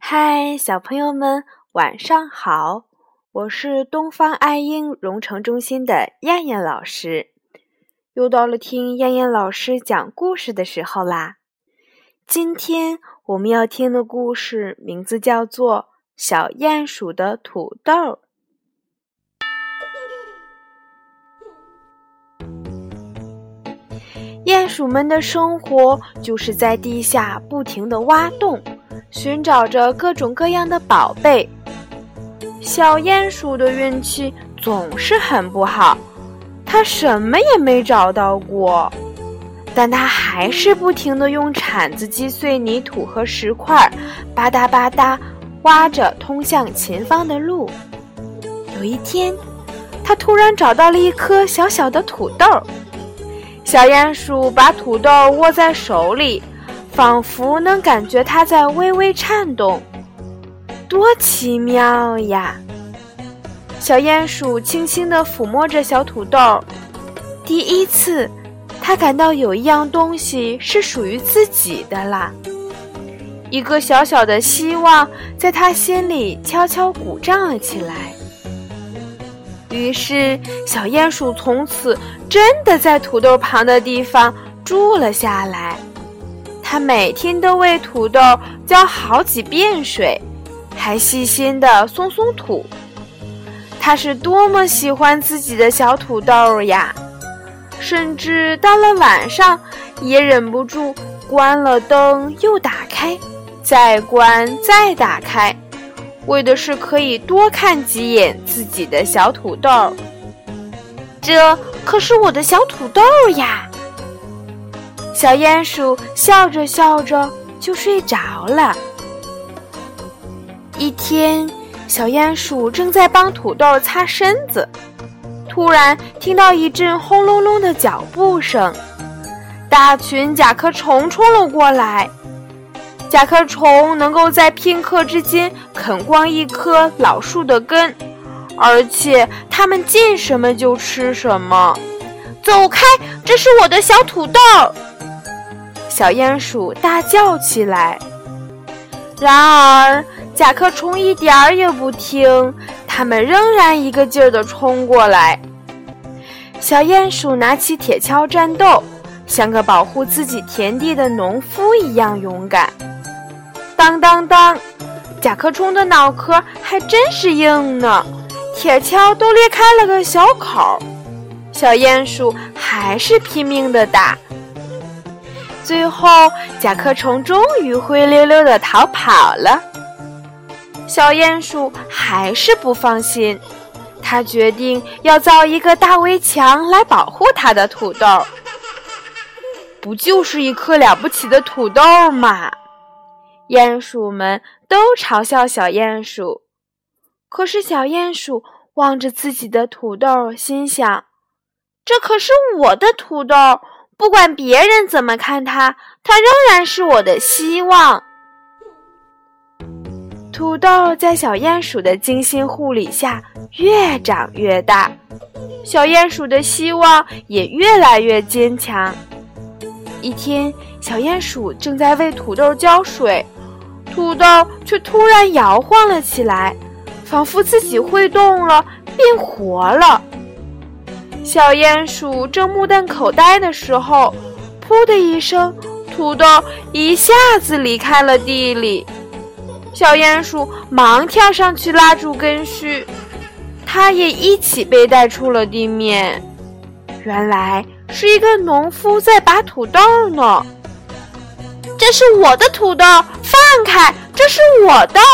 嗨，小朋友们，晚上好！我是东方爱婴融成中心的燕燕老师，又到了听燕燕老师讲故事的时候啦。今天我们要听的故事名字叫做《小鼹鼠的土豆》。鼹鼠们的生活就是在地下不停地挖洞，寻找着各种各样的宝贝。小鼹鼠的运气总是很不好，它什么也没找到过，但它还是不停地用铲子击碎泥土和石块，吧嗒吧嗒挖着通向前方的路。有一天，它突然找到了一颗小小的土豆。小鼹鼠把土豆握在手里，仿佛能感觉它在微微颤动，多奇妙呀！小鼹鼠轻轻地抚摸着小土豆，第一次，它感到有一样东西是属于自己的啦。一个小小的希望在它心里悄悄鼓胀了起来。于是，小鼹鼠从此真的在土豆旁的地方住了下来。它每天都为土豆浇好几遍水，还细心地松松土。它是多么喜欢自己的小土豆呀！甚至到了晚上，也忍不住关了灯又打开，再关再打开，为的是可以多看几眼自己的小土豆。这可是我的小土豆呀！小鼹鼠笑着笑着就睡着了。一天，小鼹鼠正在帮土豆擦身子，突然听到一阵轰隆隆的脚步声，大群甲壳虫冲了过来。甲壳虫能够在片刻之间啃光一棵老树的根，而且它们见什么就吃什么。走开，这是我的小土豆！小鼹鼠大叫起来。然而甲壳虫一点儿也不听，它们仍然一个劲儿地冲过来。小鼹鼠拿起铁锹战斗，像个保护自己田地的农夫一样勇敢。当当当，甲壳虫的脑壳还真是硬呢，铁锹都裂开了个小口。小鼹鼠还是拼命地打，最后甲壳虫终于灰溜溜地逃跑了。小鼹鼠还是不放心，他决定要造一个大围墙来保护他的土豆。不就是一颗了不起的土豆吗？鼹鼠们都嘲笑小鼹鼠，可是小鼹鼠望着自己的土豆，心想：这可是我的土豆，不管别人怎么看它，它仍然是我的希望。土豆在小鼹鼠的精心护理下越长越大，小鼹鼠的希望也越来越坚强。一天，小鼹鼠正在为土豆浇水，土豆却突然摇晃了起来，仿佛自己会动了，变活了。小鼹鼠正目瞪口呆的时候，噗的一声，土豆一下子离开了地里。小鼹鼠忙跳上去拉住根须，它也一起被带出了地面。原来是一个农夫在拔土豆呢。这是我的土豆，放开，这是我的！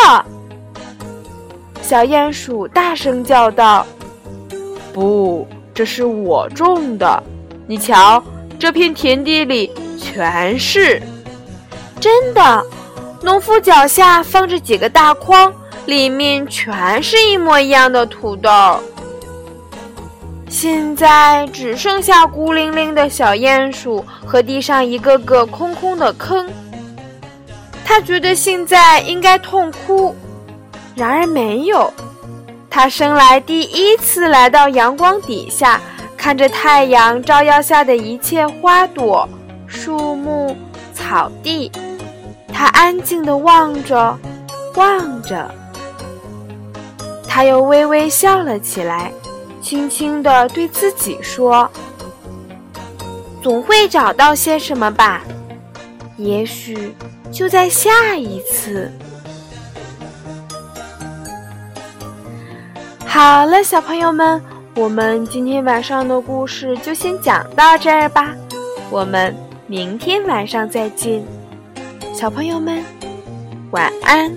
小鼹鼠大声叫道。不，这是我种的，你瞧，这片田地里全是。真的，农夫脚下放着几个大筐，里面全是一模一样的土豆。现在只剩下孤零零的小鼹鼠和地上一个个空空的坑。他觉得现在应该痛哭，然而没有。他生来第一次来到阳光底下，看着太阳照耀下的一切花朵、树木、草地。他安静地望着， 望着。他又微微笑了起来，轻轻地对自己说：总会找到些什么吧，也许就在下一次。好了，小朋友们，我们今天晚上的故事就先讲到这儿吧，我们明天晚上再见，小朋友们，晚安。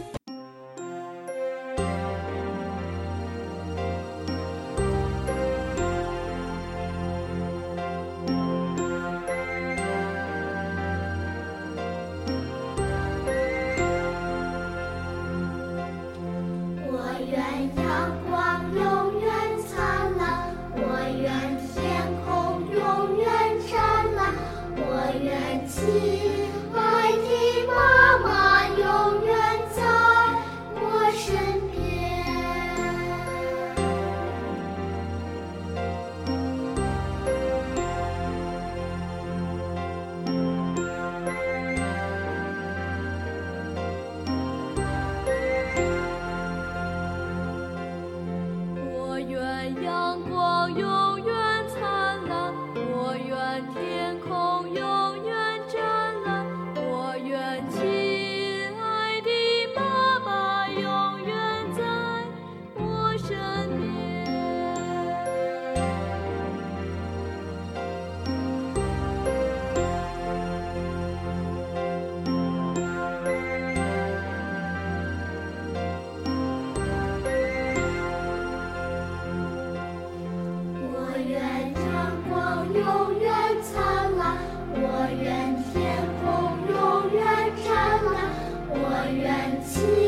阳光永远灿烂，我愿天空永远湛蓝，我愿亲爱的妈妈永远在我身边。我愿阳光永远灿烂，我愿天空永远湛蓝，我愿亲